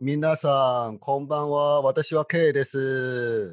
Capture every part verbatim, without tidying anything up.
皆さん、こんばんは。私は K です。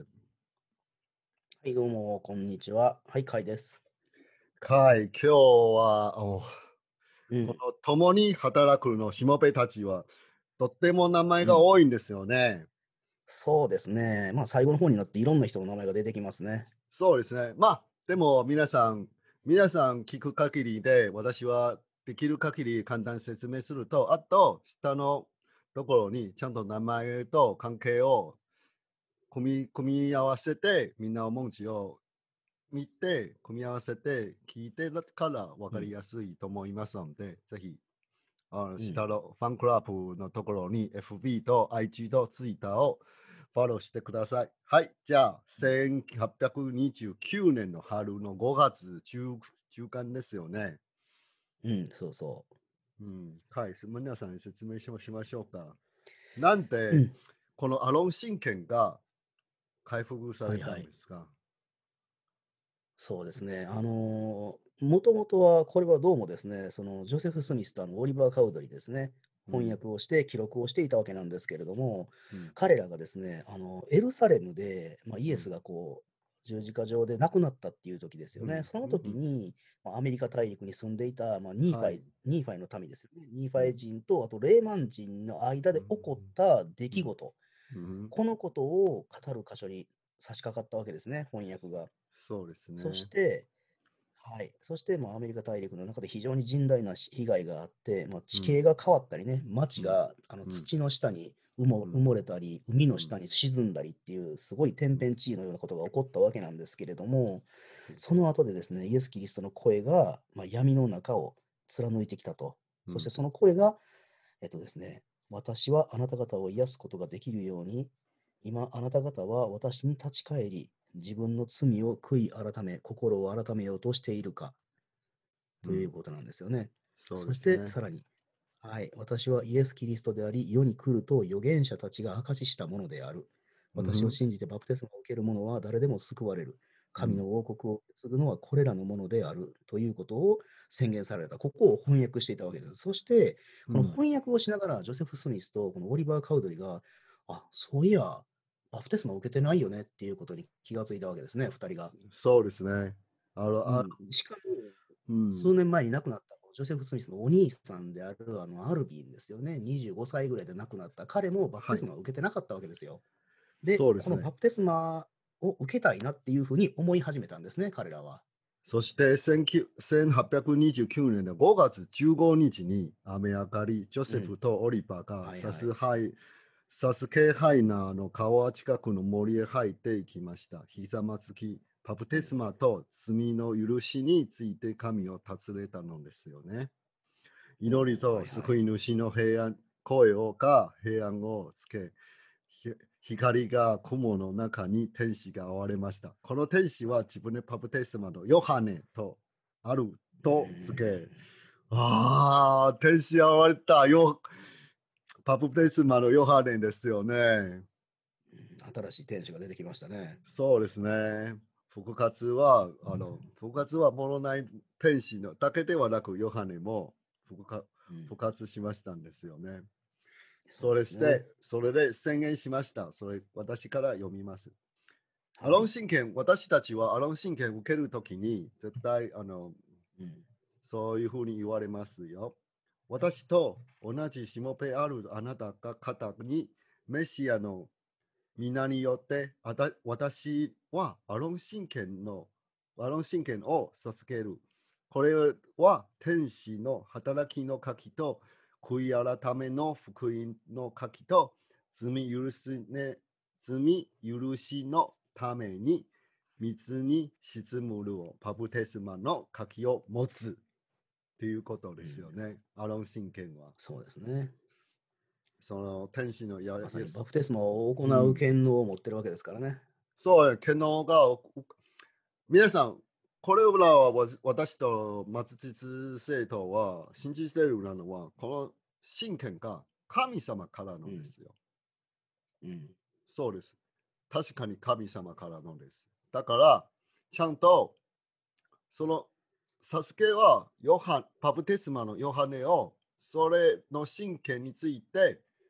はい、どうも、こんにちは。はい、カイです。 はい、今日は、おこうん、 の共に働くのしもべたちは、とっても名前がうん。 多いんですよね。 そうですね。まあ、最後の方になっていろんな人の名前が出てきますね。 そうですね。まあ、でも皆さん、皆さん聞く限りで、私はできる限り簡単に説明すると、あと、下のところにちゃんと名前と関係を組み組み合わせて、みんな文字を見て、組み合わせて聞いてから分うん、 かりやすいと思いますので、ぜひ、あのうん。 下のファンクラブのところに エフビー と アイジー と Twitter をフォローしてください。はい、じゃあ、 うん、 せんはっぴゃくにじゅうきゅうねんの春のごがつ中中間ですよね。 うん、そうそうん、はい、皆さんに説明しましょうか。なんう。うで、 ん、 このアロン神剣が回復されたはいはい。 んですか？ そうですね。あのー、もともとは、これはどうもですね、その、ジョセフ・スミスとあのオリバー・カウドリですね、翻うん、 訳をして記録をしていたわけなんですけれども、 うん、 彼らがですね、あの、エルサレムで、まあ、イうん、 エスがこう、十字架上で亡くなったっていう時ですよね。 うん、 そのうん、うん、 時に、まあ、アメリカ大陸に住んでいた、まあ、ニーフはい。 ァイ、ニーファイの民ですよね。ニーファイうん、 人と、あとレーマン人の間うん、 で起こった出うん、 来事、 うん、 このことを語る箇所に差し掛かったわけですね、翻訳が。 そうですそしね。 て、はい。そして、まあ、アメリカ大陸の中で非常に甚大なし被害があって、まあ、地形うん、 が変わったりね、 うん、 町があのうん、 土の下に埋もうん、 埋もれたり、海うん、 の下に沈んだりっていう、すごい天うん、 変地異のようなことが起こったわけなんですけれども、 はい、 その後でですね、イエス・キリストの声が、まあ、闇の中を貫いてきたと。 うん、 そしてその声が、えっとですね、私はあなた方を癒すことができるように、今あなた方は私に立ち返り、自分の罪を悔い改め、心を改めようとしているか。 うん、 ということなんですよね。 そうそしですね。 てさらに、はい、私はイエス・キリストであり、世に来ると預言者たちが証ししたものである。私をうん、 信じてバプテスマを受ける者は誰でも救われる。 うん、 神の王国を継ぐのはこれらのものであるということを宣言された。ここを翻訳していたわけです。そして、このうん、 翻訳をしながら、ジョセフ・スミスとこのオリバー・カウドリが、あ、そういや、バプテスマを受けてないよねっていうことに気がついたわけですね、二人が。 そうですね。あの、あ、 うん。しかも、 うん、 数年前に亡くなったジョセフ・スミスのお兄さんであるあのアルビンですよね。にじゅうごさいぐらいで亡くなった彼もバプテはい、 スマを受けてなかったわけですよ。で、 そうですね。 このバプテスマを受けたいなっていうふうに思い始めたんですね、彼らは。 そしてせんはっぴゃくにじゅうきゅうねんのごがつじゅうごにちに雨上がり、ジョセフうん。 とオリバーがサはいはい。 スハイ、サスケハイナーの川近くの森へ入っていきました。ひざまずき、バプテスうん。 マと罪の許しについて神を尋ねたのですよね。 うん。 祈りとはいはい。 救い主の平安、声をか平安をつけ、光が雲の中に天使が現れました。この天使は自分でパプテスマのヨハネとあるうとつけ、 ん。 ああ、天使現れたよ。パプテスマのヨハネですよね。 新しい天使が出てきましたね。 そうですね。復活は、あの、復活はものない天使のだけではなく、ヨハネも復活うん。 復活しましたんですよね。 そうそれして、 ですね。 それで宣言しました。それ、私から読みます。アロンはい。 神剣、私たちはアロン神剣を受けるときに、絶対、あの、 うん。 そういうふうに言われますよ。私と同じしもべあるあなた方に、メシアの皆によって、あた私はアロン神剣の、アロン神剣を授ける。これは天使の働きの書きと、悔い改めの福音の書きと、罪許し,、ね、罪許しのために、水に沈むるをパブテスマの書きを持つということでうん。 すよね。アロン神剣は。 そうですね。 その天使のや、 まさにバイエス。 プテスマを行ううん。 権能を持ってるわけですからね。 そう、ケノが、皆さん、これらはわ私と松実生徒は信じているのは、この神権が神様からうん。 のですよ。 うん。 そうです。確かに神様からのです。だから、ちゃんと、その、サスケはヨハパプテスマのヨハネを、それの神権について、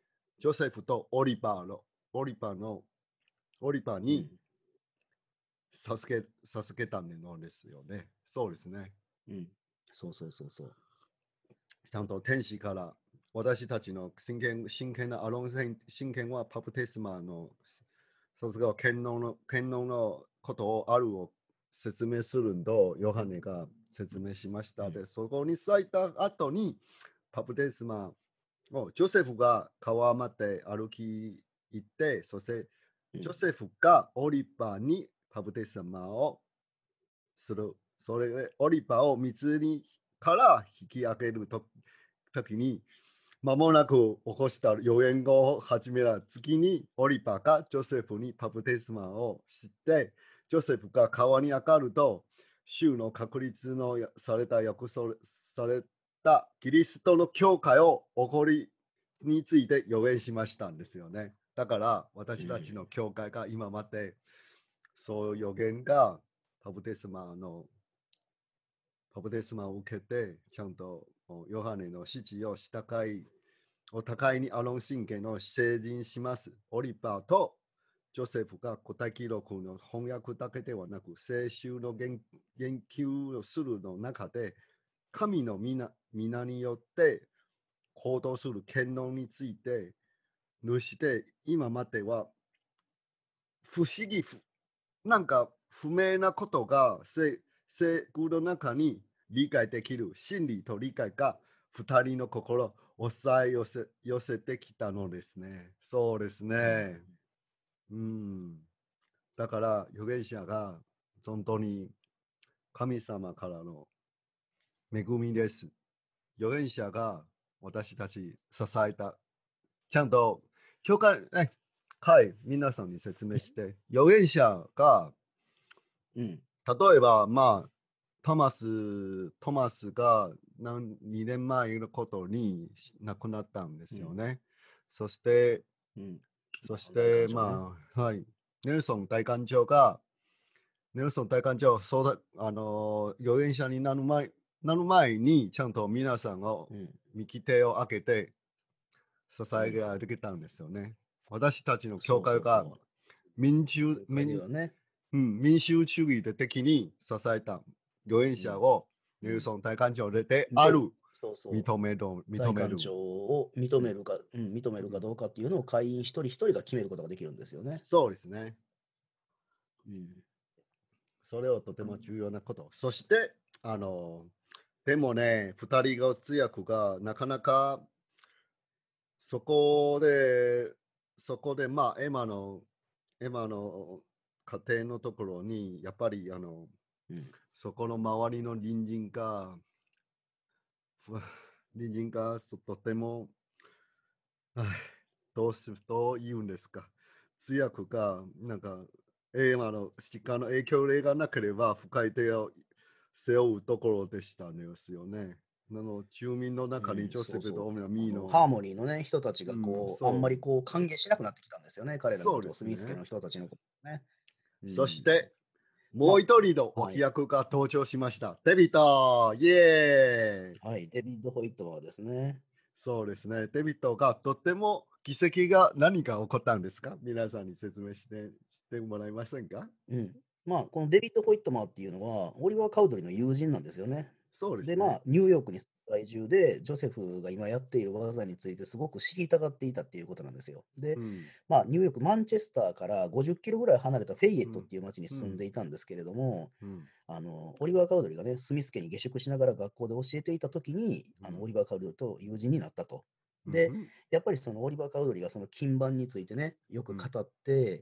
ジョセフとオリバーの、オリバーの、オリバーうにん。 授け、授けたのですよね。そうですね。 うん。そうそうそうそう。 ちゃんと天使から私たちの真剣真剣なアロン戦真剣はパプテスマの卒業権能の権能のことをあるを説明するんとヨハネが説明しました。 うん。 で、そこに咲いた後にパプテスマをジョセフが川まで歩き行って、そしてうん。 ジョセフがオリバーにパプテスマをする。それでオリバーを水にから引き上げると時に、間もなく起こした予言を始めた次に、オリバーがジョセフにパプテスマを知って、ジョセフが川に上がると、州の確立のされた約束されたキリストの教会を起こりについて予言しましたんですよね。だから私たちの教会が今までそういう予言がパプテスマのパプテスマを受けて、ちゃんとヨハネの指示を従い、お互いにアロン神経の成人します。オリバーとジョセフが古代記録の翻訳だけではなく、聖書の言言及をするの中で、神の皆皆によって行動する権能について、ぬして今までは不思議ふ、なんか不明なことが聖聖句の中に理解できる真理と理解が二人の心を抑え寄せ寄せてきたのですね。そうですうん。 ね。うん。だから預言者が本当に神様からの恵みです。預言者が私たち支えた。ちゃんと教会、えはい、皆さんに説明して、預言者がうん。 例えば、まあ、トマス、トマスが何にねんまえのことに亡くなったんでうん。 すよね。そして、 うん。 そし大て、 感情ね。 まあ、はい、ネルソン大官長が、ネルソン大官長、そうだ、あの、預言者になる前なる前に、ちゃんと皆さんをうん。 右手を開けて支えうん。 ができたんですよね。私たちの教そうそ会がうそ民う。 主、 教会で民はね。 うん、民主主義で的に支えた預言うん。 者をうん。 ネルソン大官長であで、 るそうそう。 認める認める。 大官長を認うんめるか、うん、認めるうん、 かどうかっていうのを会員一人一人が決めることができるんですよね。 そうですね。 うん。 それはとても重要なこと。そして、あの、でもね、二人が通訳がなかなかそこで、そこで、まあ、エマの、エマの家庭のところに、やっぱり、あの、 うん。 そこの周りの隣人が、ふ隣人がそとても、はいどうし、どう言うんですか。通訳が、なんか、エマの疾患の影響例がなければ、深い手を背負うところでしたんですよね。あの、住民の中にうん、 ジョセフとそうそう。あの、 ミーの、 ハーモニーのね、人たちがうん、 こう、あんまそう、 りこう、歓迎しなくなってきたんですよね。彼らのそうことを、スですね。 ミス家の人たちのことをね。うん。 そして、もうま一人のあ、はい。 脇役が登場しました。デビットイエーイはい。デビッド・ホイットはですね。 そうですね。デビットがとっても奇跡が何が起こったんですか皆さんに説明してしてもらえませんかうん。まあ、このデビッド・ホイットマーっていうのは、オリバー・カウドリの友人なんですよね。で、 そうですね。 まあ、ニューヨークに在住で、ジョセフが今やっている技についてすごく知りたがっていたっていうことなんですよ。で、 うん。 まあ、ニューヨーク、マンチェスターからごじゅっキロぐらい離れたフェイエットっうん。 ていう町にうん。 住んでいたんですけれども、 うん。 あの、オリバー・カウドリがね、スミス家に下宿しながら学校で教えていたときに、あの、オうん。 リバー・カウドリと友人になったと。で、 うん。 やっぱりそのオリバー・カウドリがその金盤についてね、よくうん。 語って、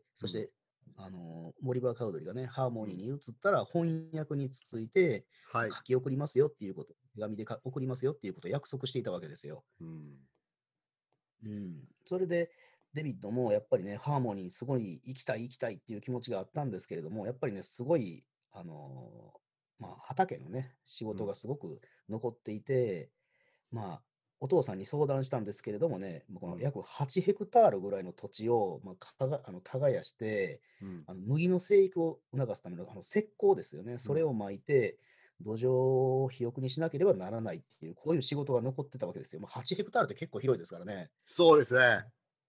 うん。 そして、あの、オリバー・カウドリがね、ハーモうん。 ニーに移ったら翻訳についてはい。 書き送りますよっていうこと、手紙でか送りますよっていうことを約束していたわけですよ。 うん。 うん。それで、デビッドもやっぱりね、ハーモニーすごい行きたい行きたいっていう気持ちがあったんですけれども、やっぱりね、すごい、あのーまあ、畑のね、仕うん。 事がすごく残っていて、まあ、お父さんに相談したんですけれどもね、こうん。 の約はちヘクタールぐらいの土地を、まあ、かがあの耕して、 うん。 あの麦の生育を促すためのあの石膏ですよね、 うん。 それをまいて、土壌を肥沃にしなければならないっていう、こういう仕事が残ってたわけですよ。まあ、はちヘクタールって結構広いですからね。 そうですね。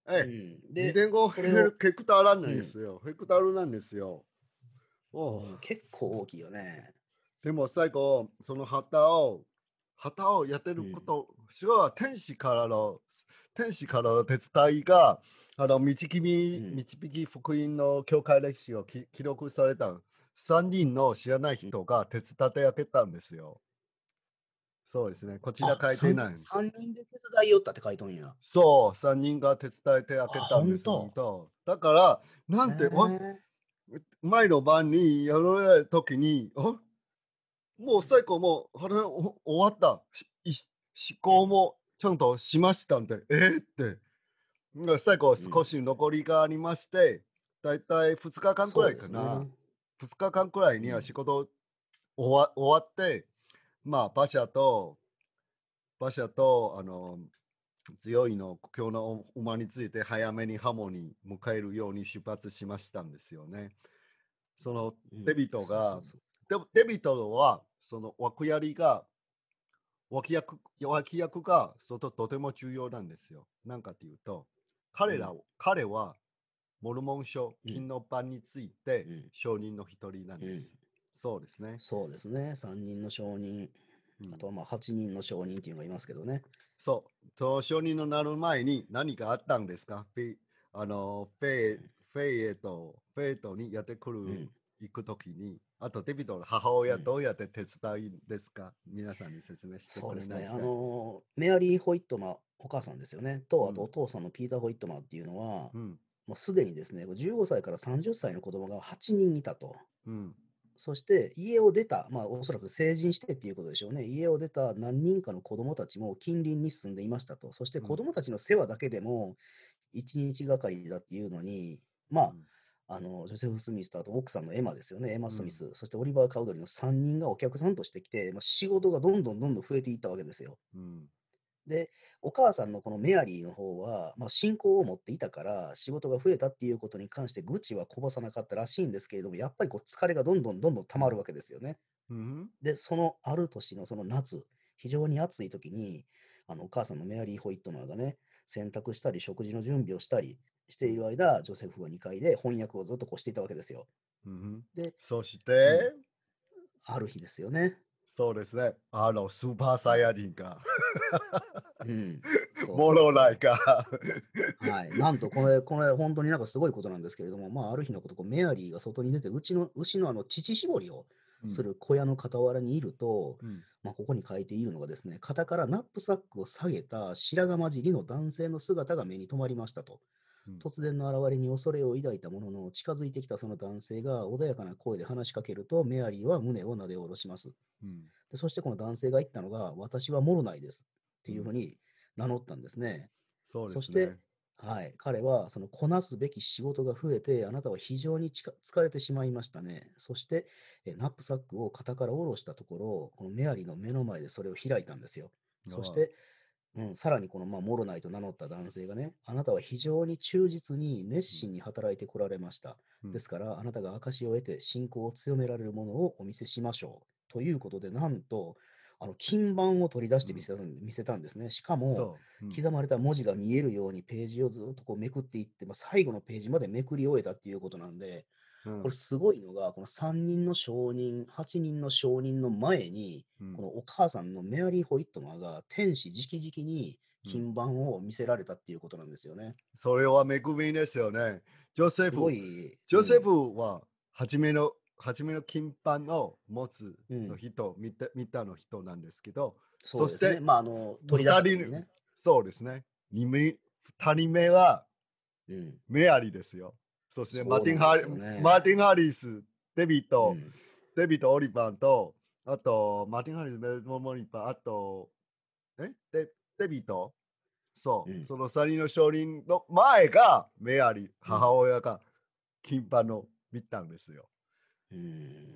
ええ、 うん。 にで、 てんごそれを、 ヘクタールなんうん、 ですよ。ヘクタールなんですよ。おううん、結構大きいよね。 でも最後、その旗を、旗をやってうん。 ること、それは天使からの、天使からの手伝いが、あの、導きみ、 うん。 導き福音の教会歴史をき記録されたさんにんの知らないうん、 人が手伝ってあげたんですよ。そうですね。こちらあ、三書いてない。 三人で手伝いよったって書いとんや。 そう、さんにんが手伝ってああ、 げたんです。 ほんと。 とだから、なへんて、わえ。 前の晩にやられた時に、あもう最後もう、あれ、お終わった。しい思考もちゃんとしましたんで、えー、って。が最後うん。 少し残りがありまして、だいたいふつかかんくらいそうですね。 かな。ふつかかんくらいにはうん。 仕事終わ終わって、まあ、馬車と、馬車と、あの、強いの今日の馬について早めにハモに迎えるように出発しましたんですよね。そのうん。 デビトが、 そうそうそう。 でデビトはその訳やりが脇役脇役がそととても重要なんですよ。なんかというと、彼らうん。 を彼はモルモン書、 うん。 金のパンについてうん。 証人の一人なんうん。 です。そうですね。 そうですね。さんにんの証人、 うん、 あとはまあはちにんの証人っていうのがいますけどね。 そう。その証人のなる前に何かあったんですかフェイあのフェイフェイエとフェイトにやってくるうん。 行くときに、あとデビットの母親うん。 どうやって手伝いですか皆さんに説明してくそうですね。あれないですかのーメアリー・ホイットマー、お母さんですよね。と、あとうん。 お父さんのピーター・ホイットマーっていうのは、 うん。 もうすでにですね、じゅうごさいからさんじゅっさいの子供がはちにんいたと。 うん。 そして家を出た、まあおそらく成人してっていうことでしょうね。家を出た何人かの子供たちも近隣に住んでいましたと。そしてうん。 子供たちの世話だけでもいちにちがかりだっていうのに、まあ、 うん。 あの、ジョセフ・スミスとあと奥さんのエマですよね。エマ・うん。 スミス。そしてオリバー・カウドリのさんにんがお客さんとしてきて、まあ、仕事がどんどんどんどん増えていったわけですよ。 うん。 で、お母さんのこのメアリーの方は、まあ、信仰を持っていたから、仕事が増えたっていうことに関して愚痴はこぼさなかったらしいんですけれども、やっぱりこう疲れがどんどんどんどん溜まるわけですよね。 うん。 で、そのある年のその夏、非常に暑い時に、あのお母さんのメアリー・ホイットマーがね、洗濯したり食事の準備をしたりしている間、ジョセフはにかいで翻訳をずっとこうしていたわけですよ。 うん。 で、 そしうん、 て、 ある日ですよね。 そうですね。あの、スーパーサイヤはい。 人が、 うん。そうもろないそうそか。 う。はい。なんと、これ、これ、本当になんかすごいことなんですけれども、まあ、ある日のこと、こうメアリーが外に出て、うちの、牛のあの、乳搾りをうん。 する小屋の傍らにいると、 うん。 まあ、ここに書いているのがですね、肩からナップサックを下げた白髪混じりの男性の姿が目に留まりましたと。 うん。 突然の現れに恐れを抱いたものの、近づいてきたその男性が穏やかな声で話しかけると、メアリーは胸をなで下ろします。 うん。 でそしてこの男性が言ったのが、私はモルナイですってうん。 いうふうに名乗ったんですね。 そうでそして、 すね。 はい、彼はそのこなすべき仕事が増えて、あなたは非常にちか疲れてしまいましたね。そして、えナップサックを肩から下ろしたところ、このメアリーの目の前でそれを開いたんですよ。 ああ。 そして、うん、さらにこの、まあ、モロナイと名乗った男性がね、あなたは非常に忠実に熱うん。 心に働いてこられました。 うん。 ですから、あなたが証を得て信仰を強められるものをお見せしましょう。ということで、なんと、あの金版を取り出しうん。 て見せたん見せたんですね。しかも、 そう。うん。 刻まれた文字が見えるようにページをずっとこうめくっていって、まあ、最後のページまでめくり終えたっていうことなんで、 うん。 これすごいのが、このさんにんの証人、はちにんの証人の前に、 うん。 このお母さんのメアリー・ホイットマーが天使直々にうん。 金版を見せられたっていうことなんですよね。 それは恵みですよね。ジョセすごフ、 い、 ジョセうん、 フは初めの、初めの金版を持つうん、 の人、見た見たの人なんですけど、 そうですね。 そして、 まあ、あの、取り出し二人、 た時にね。 そうですね。二名二人目はうん、 メアリーですよ。そしてマーティン・そうなんですハリ、 よね。 マーティン・ハリス、デビット、 うん、 デビット・オリバンと、あと、マーティン・ハリス、メルモ・モリバン、あと、えデデビットそう、 うん、 そのサリの証人の前がメアリー、 うん、 母親が金パの見たんですよ。 うん、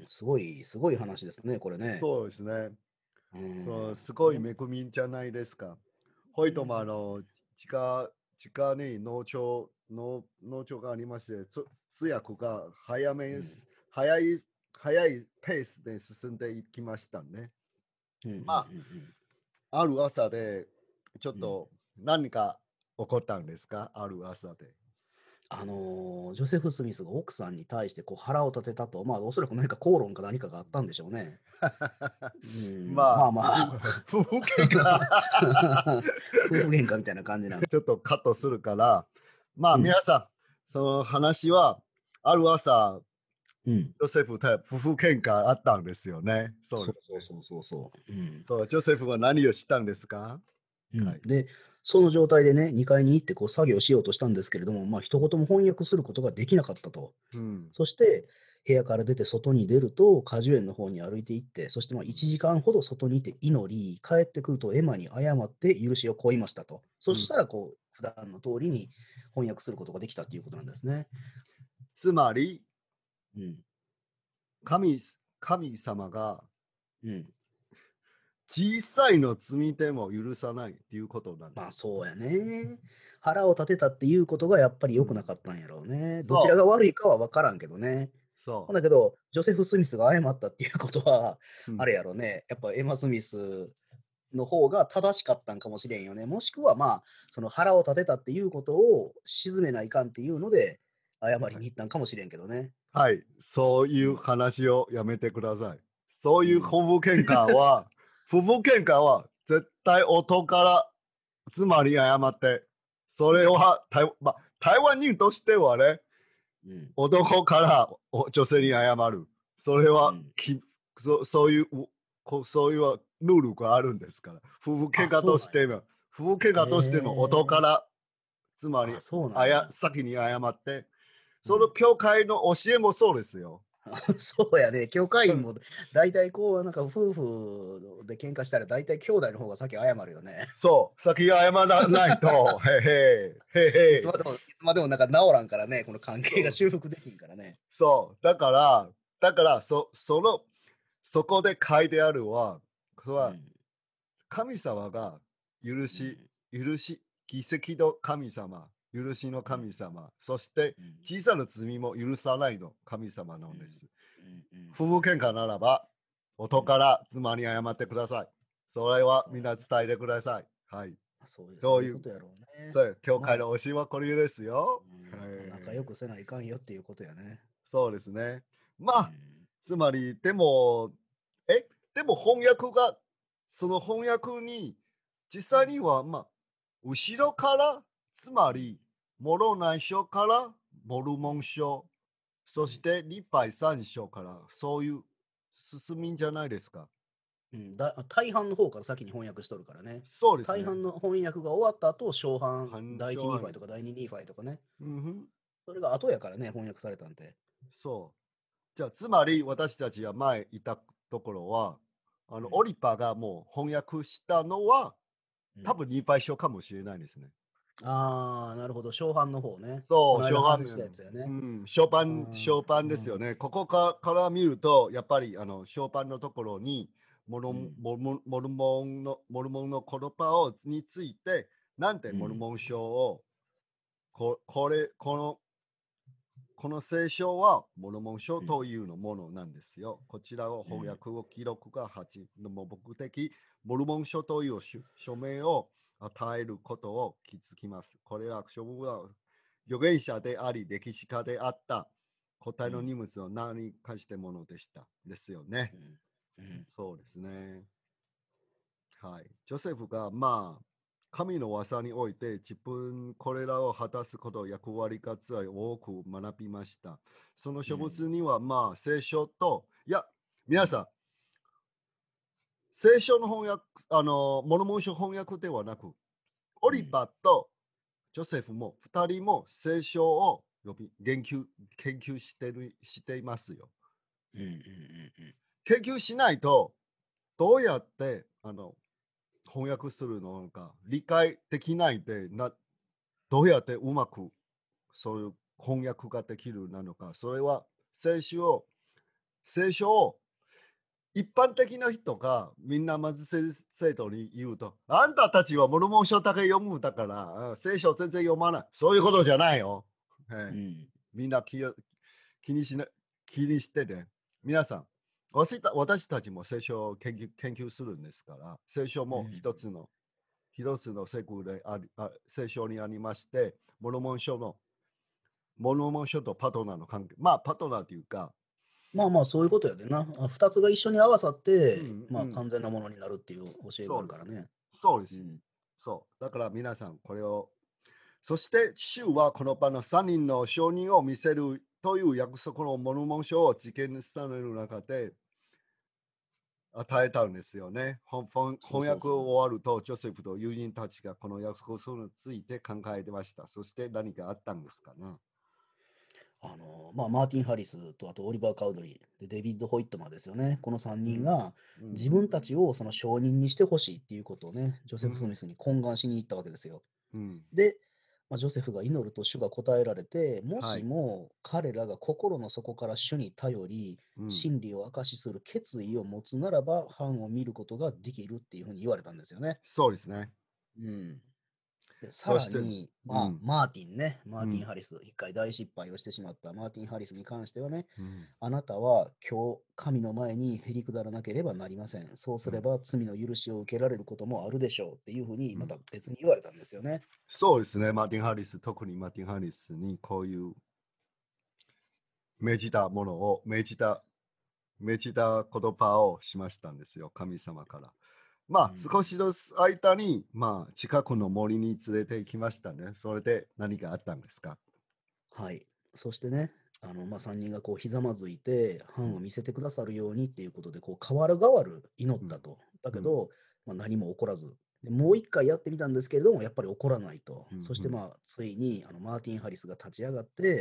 すごい、すごい話ですね、これね。 そうですね。 うそのん、 すごいで、 恵みじゃないですか。ホイトマうん、 の地下、地下に農場、農農場がありまして、つ通訳が早めうん、 早い、早いペースで進んでいきましたね。 うん、うん、 まあ、ある朝で、ちょっうん、 と何か起こったんですか、ある朝で。 あのージョセフ・スミスが奥さんに対してこう腹を立てたと、まあ、おそらく何か口論か何かがあったんでしょうね。うん、 まあ、 まあまあ、 夫婦喧嘩夫婦喧嘩みたいな感じなんで。 ちょっとカットするから、まあうん、 皆さん、その話は、ある朝、 うん。 ジョセフと夫婦喧嘩あったんですよね。そうそですね。 うそうそうそうそう。うんと、ジョセフは何をしたんですか？ うん、 はい。 で、その状態でね、にかいに行ってこう作業しようとしたんですけれども、まあ、一言も翻訳することができなかったと。 うん。 そして、部屋から出て外に出ると、果樹園の方に歩いて行って、そしてまあいちじかんほど外にいて祈り、帰ってくるとエマに謝って許しを請いましたと。そうん。 したら、こう、普段の通りに翻訳することができたということなんですね。 つまり、 うん。 神神様がうん。 小さいの罪でも許さないっていうことなんでまあ、 す。 そうやね。腹を立てたっていうことがやっぱり良くなうん。 かったんやろうね。どちらそう、 が悪いかは分からんけどね。ほんそだけど、ジョセフ・スミスが謝ったっていうことは、 う。うあん。 れやろね、やっぱエマ・スミスの方が正しかったんかもしれんよね。もしくはまあ、その腹を立てたっていうことを鎮めないかんっていうので、謝りはい。 に行ったんかもしれんけどね。 はい、そういううん。 話をやめてください。そういううん。 夫婦喧嘩は、夫婦喧嘩は絶対夫から妻に謝って、それうん。 は台,、まあ、台湾人としてはね、 うん。 男からお女性にうん。 謝る。それはうん。 きそそういうこそういうルールがあるんですから。夫婦喧あ、 嘩とそうなんや。 しても、夫婦喧へ嘩としても男かえ。 ら妻にあ、そうなあんや。 や先に謝って、そのうん。 教会の教えもそうですよ。 そうやね。教会員も大体こう、なんか夫婦で喧嘩したら大体兄弟の方が先謝るよね。 そう、先謝らないと、へへ、へへ。 いつまでも、いつまでもなんか治らんからね、この関係がそう、 修復できんからね。 そう、だから、だから、そその、そこで書いてあるは、これはうん。 神様が許し、 うん。 許し、奇跡の神様、許しのうん。 神様、そしてうん。 小さな罪も許さないの神様なうん。 んです。 うん。うん。 夫婦喧嘩ならば、 うん。 夫から妻に謝ってください。それはみんそうやね。 な伝えてください。はい。 そういう、そういうどういう、 ことやろうね。 そう、教会まあ、 の教えはこれですよ。 うん、まあ、仲良はい。 くせないかんよっていうことやね。 そうですね。まあ、 うん。 つまり、でも、え、でも翻訳が、その翻訳に、実際うん。 には、まあ、後ろから、つまうん。 り、モロ内書から、モルモンうん。 書、 うん。 そして立法三書から、そういう進みんじゃないですか。 うん、だ大半の方から先に翻訳しとるからね。 そうですね。 大半の翻訳が終わった後、小半、 反第一証案。 ニーファイとか第二ニーファイとかね。 うんふん。 それが後やからね、翻訳されたんて。 そう。じゃあ、つまり私たちが前いたところは、あの、 うん。 オリパがもう翻訳したのは、 うん。 多分ニーファイ書かもしれないですね。 ああ、なるほど。小半の方ね。こそう、 の間初版話したやつやね。 うん、初あ版、初版あ、うん。 ですよね。ここかから見ると、やっぱりあの初版のところにモル、 うん。 モルモンモルモンのモルモンの言葉をについて、なんてうん。 モルモン書をここれこのこの聖書はモルモン書うん。 というのものなんですよ。こちらをうん。 翻訳を記録がはちの目的、モルモン書という書書名を与えることを気づきます。これは書文は預言者であり、歴史家であった答えのうん。 荷物を何かしてものでした。ですよね。 うん。うん。 そうですね。はい。ジョセフが、まあ、神の技において自分これらを果たすこと役割活動を多く学びました。その書うん。 物には、まあ、聖書と、いや、皆さん、 うん。 聖書の翻訳、あの、モルモン書翻訳ではなく、オリうん。 パとジョセフもふたりも聖書を呼び研究研究してるしていますよ。 うん。うん。うん。 研究しないとどうやってあの翻訳するのか理解できないでなどうやってうまくそういう翻訳ができるなのか、それは聖書を聖書を一般的な人がみんなまず生徒に言うと、あんたたちはモルモン書だけ読むだから、聖書全然読まない。そういうことじゃないよ。ええ、 うん。 みんな気気にしな気にしてね。皆さん、私た私たちも聖書を研究研究するんですから、聖書もうん。 一つの一つの聖句でありあ聖書にありまして、モルモン書の、モルモン書とパトナーの関係、まあパトナーというか、 まあまあ、そういうことやでな。あ二つが一緒に合わさっうて、 んまあ、 うん、 完全なものになるっていう教えがあそうです。 るからね。 そうです。 うん。 そう。だから皆さん、これを、そして主はこの場のさんにんの証人を見せるという約束のモルモン書を実現される中で与えたんですよね。翻翻そう翻訳そうそ終わると、ジョセフと友人たちがこの約束について考えてました。そして何かあったんですかね。 う。あの、まあ、マーティン・ハリスと、あとオリバー・カウドリー、でデビッド・ホイットマンですよね。このさんにんがうん自分たちをその証人にしてほしいっていうことをね、ジョセフ・スうんミスに懇願しに行ったわけですよ。 うんで、まあ、ジョセフが祈ると主が答えられて、もしはい。 も彼らが心の底から主に頼り、 うん真理を証しする決意を持つならば、範を見ることができるっていうふうに言われたんですよね。 そうですね。 うん。で、さそして、 らに、まあ、 うんマーティンね、マーティン・うんハリス、一回大失敗をしてしまったマーティン・ハリスに関してはね、 うんあなたは今日、神の前にへりくだらなければなりません。そうすうんれば罪の許しを受けられることもあるでしょうっていうふうに、 うんまた別に言われたんですよね。 そうですね。マーティン・ハリス、特にマーティン・ハリスにこういう命じたものを、命じた、命じた言葉をしましたんですよ、神様から。まあ、 うん。 少しの間に、まあ、近くの森に連れて行きましたね。それで何かあったんですか？ はい。そしてね、あの、まあ、さんにんがこう、ひざまずいて、 うん範を見せてくださるようにっていうことで、こう、変わる変わる祈っうんたと。だうんけど、まあ、何も起こらず。でもう一回やってみたんですけれども、やっぱり起こらないと。 うんそして、まあ、ついに、あの、マーティン・ハリスが立ち上がって、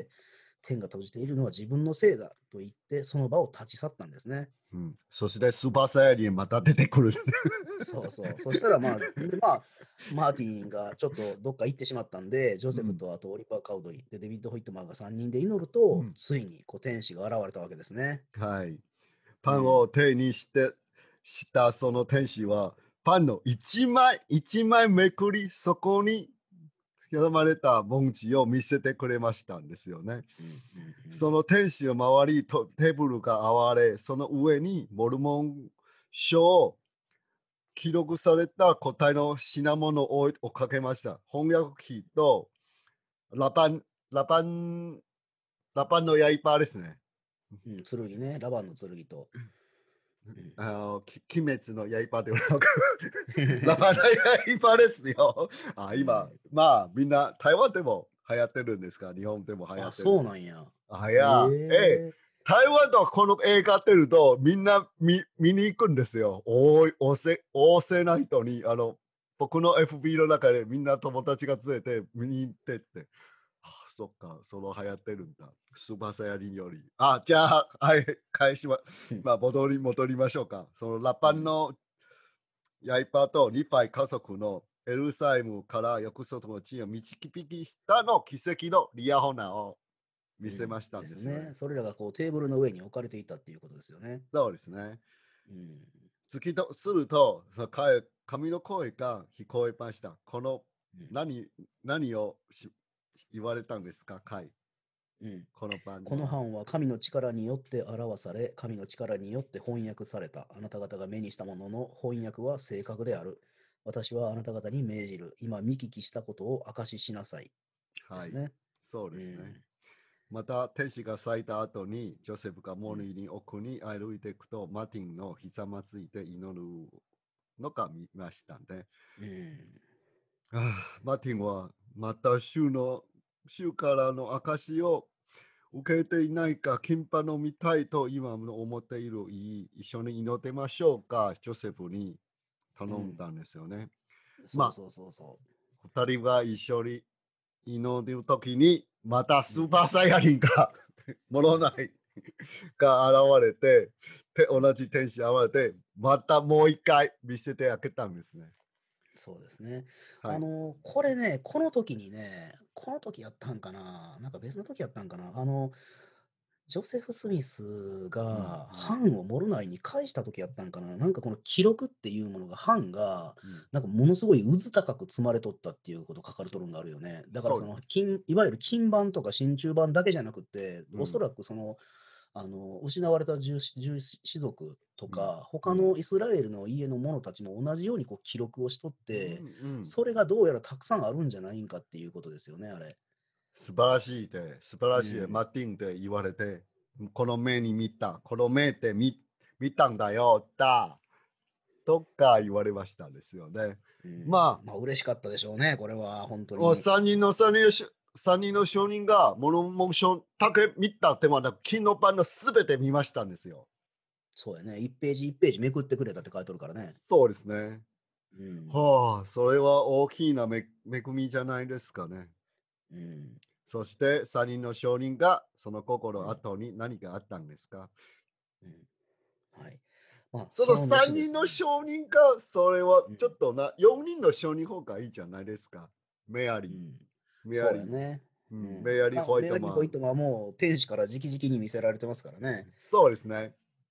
天が閉じているのは自分のせいだと言って、その場を立ち去ったんですね。 うん、そしてスーパーサイヤ人また出てくる。 そうそう。そしたら、まあ、で、まあ、マーティンがちょっとどっか行ってしまったんで、ジョセフうんとあとオリバー・カウドリーでデビッド・ホイットマンがさんにんで祈ると、 うんついにこう天使が現れたわけですね。 はい。 うん。 パンを手にしてしたその天使は、パンの一枚一枚めくり、そこに刻まれた文字を見せてくれましたんですよね。 うんうんうん。 その天使の周りとテーブルが現れ、その上にモルモン書を記録された答えの品物を置いをかけました。翻訳機とラパン、ラパン、ラパンの刃ですね。 うん、剣ね、ラバンの剣と。うん。 あの、き鬼滅の刃ではなく、ラパンの刃ですよ。あ、今、 うん。 まあ、みんな、台湾でも流行ってるんですか？日本でも流行あ、 ってる。 そうなんや。 あ、はや、ええ、 ええ。 台湾とこの映画ってると、みんな見見に行くんですよ。多い、大勢、大勢な人に、あの、僕の エフビー の中でみんな友達が連れて見に行ってって。あ、そっか、その流行ってるんだ。スーパーサイヤ人より。あ、じゃあ、はい、返しま、 うんまあ、戻り、戻りましょうか。そのラうん。 パンの刃とリファイ家族のエルサレムから約束の地を導きしたの奇跡のリアホナを見せましたんですよね。 ですね。それらがこうテーブルの上に置かれていたっていうことですよね。 そうですね。 うん。 月とすると、その彼神の声が聞こえました。このうん何何をし言われたんですか、カイ。 うん。 この晩このの。 版は神の力によって表され、神の力によって翻訳された。あなた方が目にしたものの翻訳は正確である。私はあなた方に命じる。今見聞きしたことを証ししなさい。ではい、 すね。 そうですね。 うん。 また、天使が咲いた後に、ジョセフがうん。 モーニーに奥に歩いていくと、マティンのひざまついて祈るのが見ましたね。 うん。 ああ、マティンはまた主の主からの証を受けていないか、金パの見たいと今の思っている。いい、一緒に祈ってましょうか、ジョセフに頼うん。 んだんですよね。まそうそうそうそあ、二人が一緒に祈るときに、またう。うん。 スーパーサイヤ人がもうん。 のないが現れて、てうん。 同じ天使が現れて、またもう一回見せてあげたんですね。 そうですね。 はい。 あの、これね、この時にね、この時やったんかな、なんか別の時やったんかな、あの、ジョセフ・スミスうんがうん版をモルナイに返した時やったんかな、なんかこの記録っていうものが版が、 うんなんかものすごい渦高く積まれとったっていうこと書かれとるんがあるよね。だからそうです。 その金、いわゆる金版とか真鍮版だけじゃなくて、おそうんらくそのあの失われた十十士族とうん。 か、 う他ん。 のイスラエルの家の者たちも同じようにこう記録をしとっうん。 て、 うん。 それがどうやらたくさんあるんじゃないんかっていうことですよね、あれ。 素晴らしいで、素晴うらしい。マん。 ーティンで言われて、この目に見た、この目で見見たんだよ、だ、とか言われましたですよね。 うん。 ままあ、嬉しかったでしょうね、これは、本当あ、 に。 三人の三人のし三人の証人がモノモーションだけ見たってまだ金の版のすべて見ましたんですよ。 そうやね。いちページいちページめくってくれたって書いてるからね。 そうですね。 うん。 はあ、それは大きなめ恵みじゃないですかね。 うん。 そして三人の証人がその心うん。 後に何があったんですか？ うん。はい。まあ、 そのその後三人のですね。 証人か、それはうん。 ちょっとな、よにんの証人方がいいじゃないですか。メアリー、 うん。 メアリー、 そうやね。 うん、 うん。 メアリー・かホワイメアリー・ホイットマン。 トマンはもう天使から直々に見せられてますからね。 そうですね。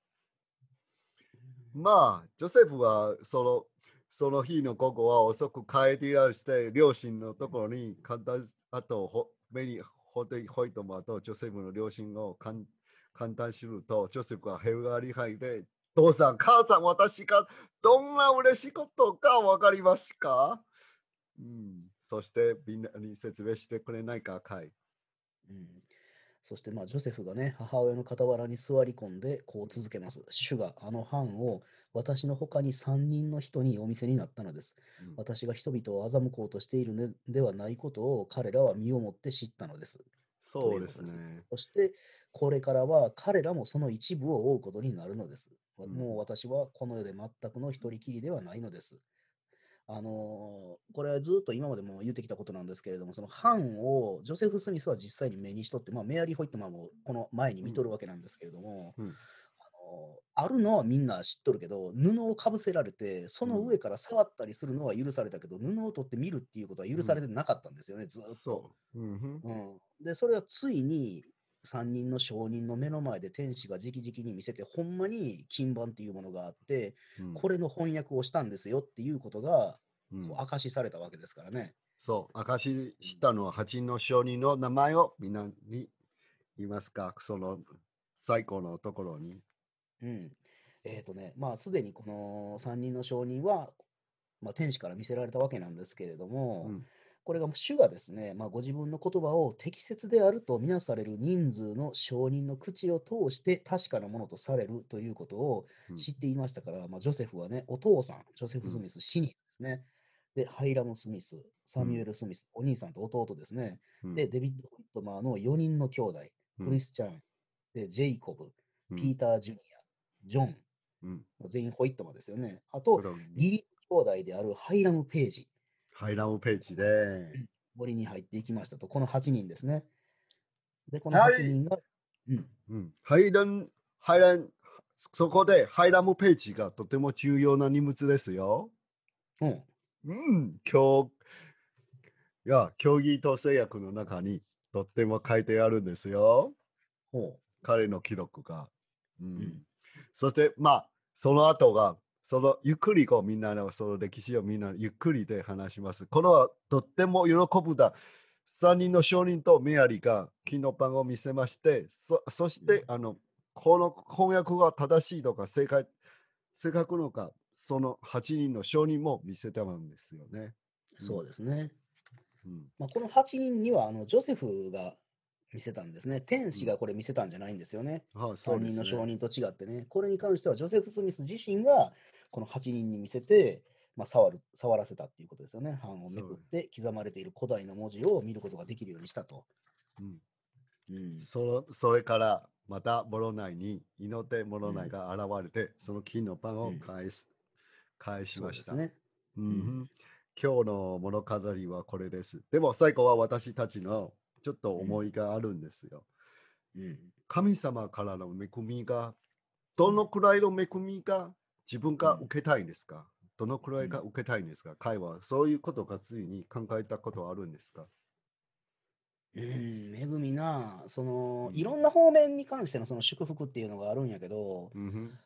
まあ、ジョセフはそのその日の午後は遅く帰り出して、両親のところに簡単、あと、ほ目にホテホイトマンとジョセフの両親を簡簡単すると、ジョセフはヘルガリハイで、父さん、母さん、私がどんな嬉しいことか分かりますか？うん、そしてみんなに説明してくれないか、かい。 うん。そしてまあジョセフがね、母親の傍らに座り込んでこう続けます。主があの藩を私の他に三人の人にお見せになったのです。 うん、 私が人々を欺こうとしているのではないことを彼らは身をもって知ったのです。とそうでいうことですね。 すね。 そしてこれからは彼らもその一部を追うことになるのです。わうん、 もう私はこの世で全くの一人きりではないのです。あのーこれはずっと今までも言ってきたことなんですけれども、その版をジョセフ・スミスは実際に目にしとって、まあ、メアリー・ホイットマンもこの前にうん、 見とるわけなんですけれども、 うん、 あのーあるのはみんな知っとるけど、布をかぶせられて、そうん、 の上から触ったりするのは許されたけど、布を取って見るっていうことは許うん、 されてなかったんですよね、ずーっと。 そう。うん、 うん、で、それはついにさんにんの証人の目の前で天使が直々に見せて、ほんまに金版っていうものがあって、 うん、 これの翻訳をしたんですよっていうことが、 うん。 こう証しされたわけですからね。 そう、証ししたのははちの証人の名前をみんなに言いますか、その最高のところに。 うん。えっ、とね、まあ、すでにこのさんにんの証人は、まあ、天使から見せられたわけなんですけれども、 うん、 これが主がですね、まあ、ご自分の言葉を適切であるとみなされる人数の証人の口を通して確かなものとされるということをうん、 知っていましたから、まあ、ジョセフはね、お父さん、ジョセフ・スうん、 ミス、シニアですね。で、ハイラム・スミス、サミュエうん、 ル・スミス、お兄さんと弟ですね。で、 うん、 デビッド・ホイットマーのよにんの兄弟、 うん、 クリスチャン、で、ジェイコブ、 うん、 ピーター・ジュニア、ジョン、 うん。 全員ホイットマンですよね。あと、 この義理兄弟であるハイラム・ページ。 ハイラムページで、 森に入っていきましたと、このはちにんですね。で、この8 はい、 人が、うん、 うん、ハイラン、ハイラン、そこでハイラムページがとても重要な人物ですよ。 うん、 うん、今日、いや、競技と制約の中にとっても書いてあるんですよ。 ほ彼の記録が。うう、うん、 ん、そして、まあ、その後が、そのゆっくりこうみんなのその歴史をみんなゆっくりで話します。このとっても喜ぶださんにんの証人とメアリーが金のパンを見せまして、そそしうん、 てあのこの翻訳が正しいのか正解正確のか、そのはちにんの証人も見せたんですよね。うん、 そうですね。 うん、 まあ、このはちにんにはあのジョセフが見せたんですね。天うん。 使がこれ見せたんじゃないんですよね。 はい、そ 3 うですね。 人の証人と違ってね。これに関してはジョセフ・スミス自身がこのはちにんに見せて、まあ、触る、触らせたっていうことですよね。版をめくっそう。 て刻まれている古代の文字を見ることができるようにしたと。 うん、 うん、 そそれからまたボロナイに祈ってボロナイうん、 が現れて、その金のパンをうん。 返す返しました。 そうですね。 うん、 うん。 今日の物語りはこれです。でも最後は私たちのちょっとうん。 思いがあるんですよ。 うん。 神様からの恵みが、 うん。 どのくらいの恵みが自分うん。 が受けたいんですか？どのくらうん。 いが受けたいんですか？会話、そういうことがついに考えたことはあるんですか？ うん、恵みな、その、いろうん。 んな方面に関してのその祝福っていうのがあるんやけど、 うん。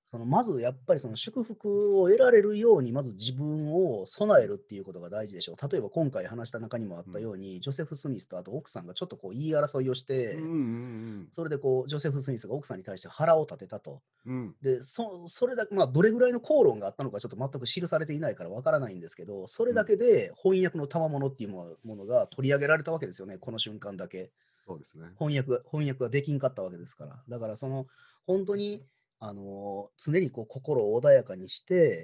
そのまずやっぱりその祝福を得られるように、まず自分を備えるっていうことが大事でしょう。例えば今回話した中にもあったように、ジョセフ・スミスとあと奥さんがちょっとこう言い争いをしうんうて、 んそれでこうジョセフ・スミスが奥さんに対して腹を立てたと。 うんうんで、そそれだけ、まあ、どれぐらいの口論があったのかちょっと全く記されていないからわからないんですけど、それうんだけで翻訳の賜物っていうものものが取り上げられたわけですよね、この瞬間だけ。 そうですね。 翻訳が翻訳ができんかったわけですから。だからその、本当に、あの、常にこう心を穏やかにして、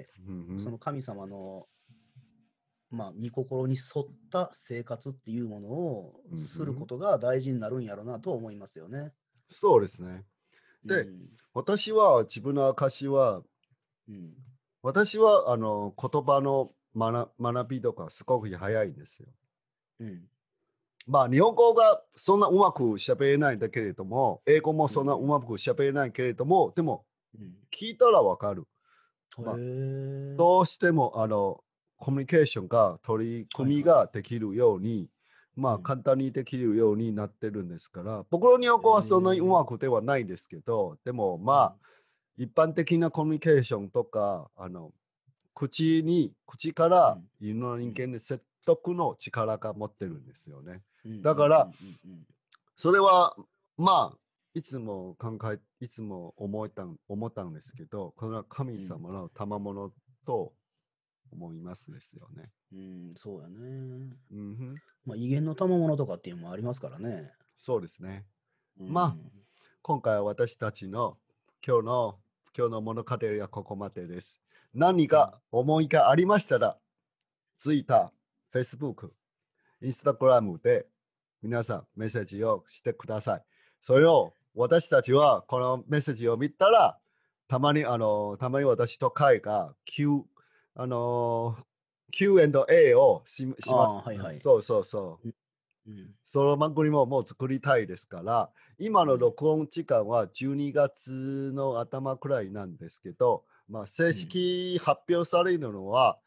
うんうんその神様の、まあ、御心に沿った生活っていうものをうんうんすることが大事になるんやろうなと思いますよね。 そうですね。で、 うん。 私は自分の証は、 うん。 私はあの言葉の学学びとかすごく早いんですよ。 うん。 まあ日本語がそんなうまく喋れないんだけれども、英語もうそんなうまん。 く喋れないけれども、でもうん。 聞いたらわかる。 へまあえ。 どうしてもあのコミュニケーションが取り組みはいはい。 ができるように、まあうん。 簡単にできるようになってるんですから、僕の日本へ語はそんなにうえ。 まくではないですけど、でもまうん。 あ一般的なコミュニケーションとか、あの口に、口からうん。 いろんなうん。 人間に説得の力が持ってるんですよね。 うんうんうんだから、 うんうん。 それは、まあ、いつも考え、いつも思ったん思ったんですけど、これは神うん。 様の賜物と思いますですよね。 うん、そうやね。 うんふん、 まあ、威厳の賜物とかっていうのもありますからね。 そうですね。まあ、 うん。 今回は私たちの今日の、今日の物語はここまでです。何うん。 か思いがありましたら、Twitter、Facebook、インスタグラムで皆さんメッセージをしてください。それを私たちはこのメッセージを見たら、たまにあの、たまに私とカイが Q、あの、キューエンドエー をしします。 ああ、はいはい。 そうそうそう。 うん。うん。 その番組ももう作りたいですから、今のうん。 録音時間はじゅうにがつの頭くらいなんですけど、まあ、正うん。 式発表されるのは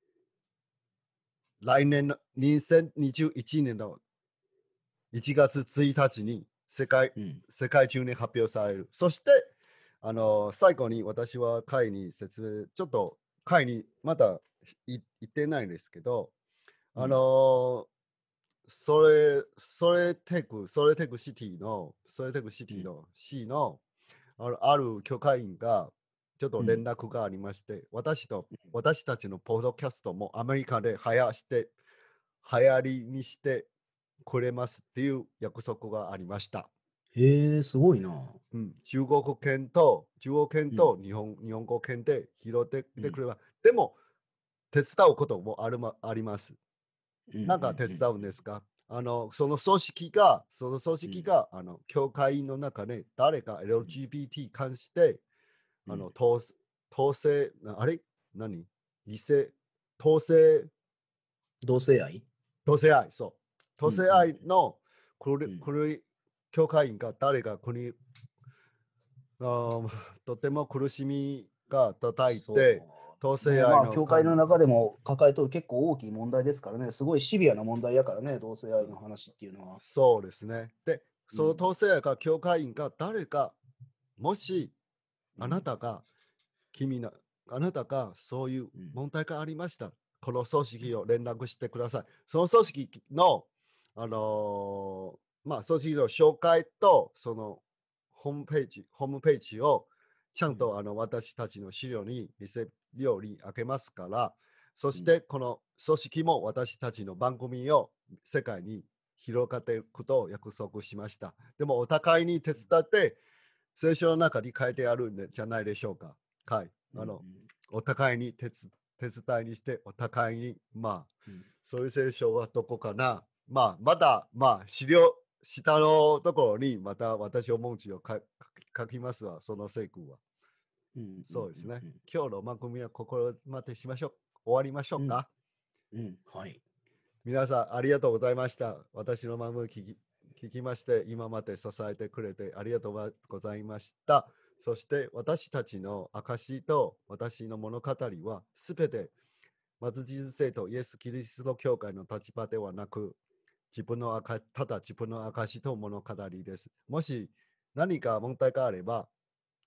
来年のにせんにじゅういちねんのいちがつついたちに世界うん。 世界中に発表される。そして、あの最後に私は会に説明、ちょっと会にまだい言ってないんですけど、あうん。 のそれ、それテク、それテクシティの、それテクシうん。 ティの市のあるある教会員がちょっとうん。 連絡がありまして、私と、私たちのポッドキャストもアメリカで流行して、流行りにしてくれますっていう約束がありました。 へえ、すごいな。 うん、中国圏と中国圏うん。 と日本日本語圏で拾ってきうん。 てくれます。でも、手伝うこともあるまあります。 うん。うん。 なんか手伝うんですか？あの、その組織が、その組うん。 織が、あの、教会の中で誰か エルジービーティー 関して、 うん。 あの、統統制、なあれ何犠牲、統制、 同性愛。 同性愛、そう。同性うん。 愛の国、 うん。 国、教会員が誰か国、あーとても苦しみが叩いて、同そうですね。 性愛まあ、教会ののため、 中でも抱えとる結構大きい問題ですからね。すごいシビアな問題やからね、同性うん、 愛の話っていうのは。 そうですね。で、そのうん。 同性愛か教会員が誰か、もしあなうん。 たが、君の、あなたがそういううん。 問題がありました。この組うん。 織を連絡してください。その組織の、あのーまあ、組織の紹介と、その、ホームページ、ホームページを、ちゃんとあの私たちの資料に見せるように開けますから、そうん。 してこの組織も私たちの番組を世界に広がっていくことを約束しました。でもお互いに手伝って、聖書の中に書いてあるんじゃないでしょうか。はい。 うん。 あの、お互いに手つ手伝いにして、お互いに、まあ、 うん。 そういう聖書はどこかな。まあ、まだ、まあ、資料、下のところにまた私を文字を書書きますわ、その聖句は。 うん。うん。 そうですね。 うん。 今日の番組はここまでしましょう。終わりましょううん。 か。 うん。はい。 皆さん、ありがとうございました。私の番組聞き聞きまして、今まで支えてくれてありがとうございました。そして私たちの証と私の物語はすべて松人生とイエス・キリスト教会の立場ではなく、自分の証ただ自分の証と物語です。もし何か問題があれば、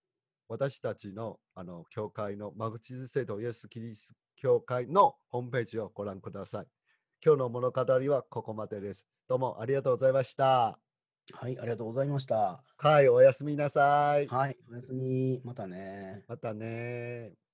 私たちのあの教会のマグチズ聖堂イエス・キリスト教会のホームページをご覧ください。今日の物語はここまでです。どうもありがとうございました。 はい、ありがとうございました。 はい、おやすみなさい。 はい、おやすみ。またね。 またね。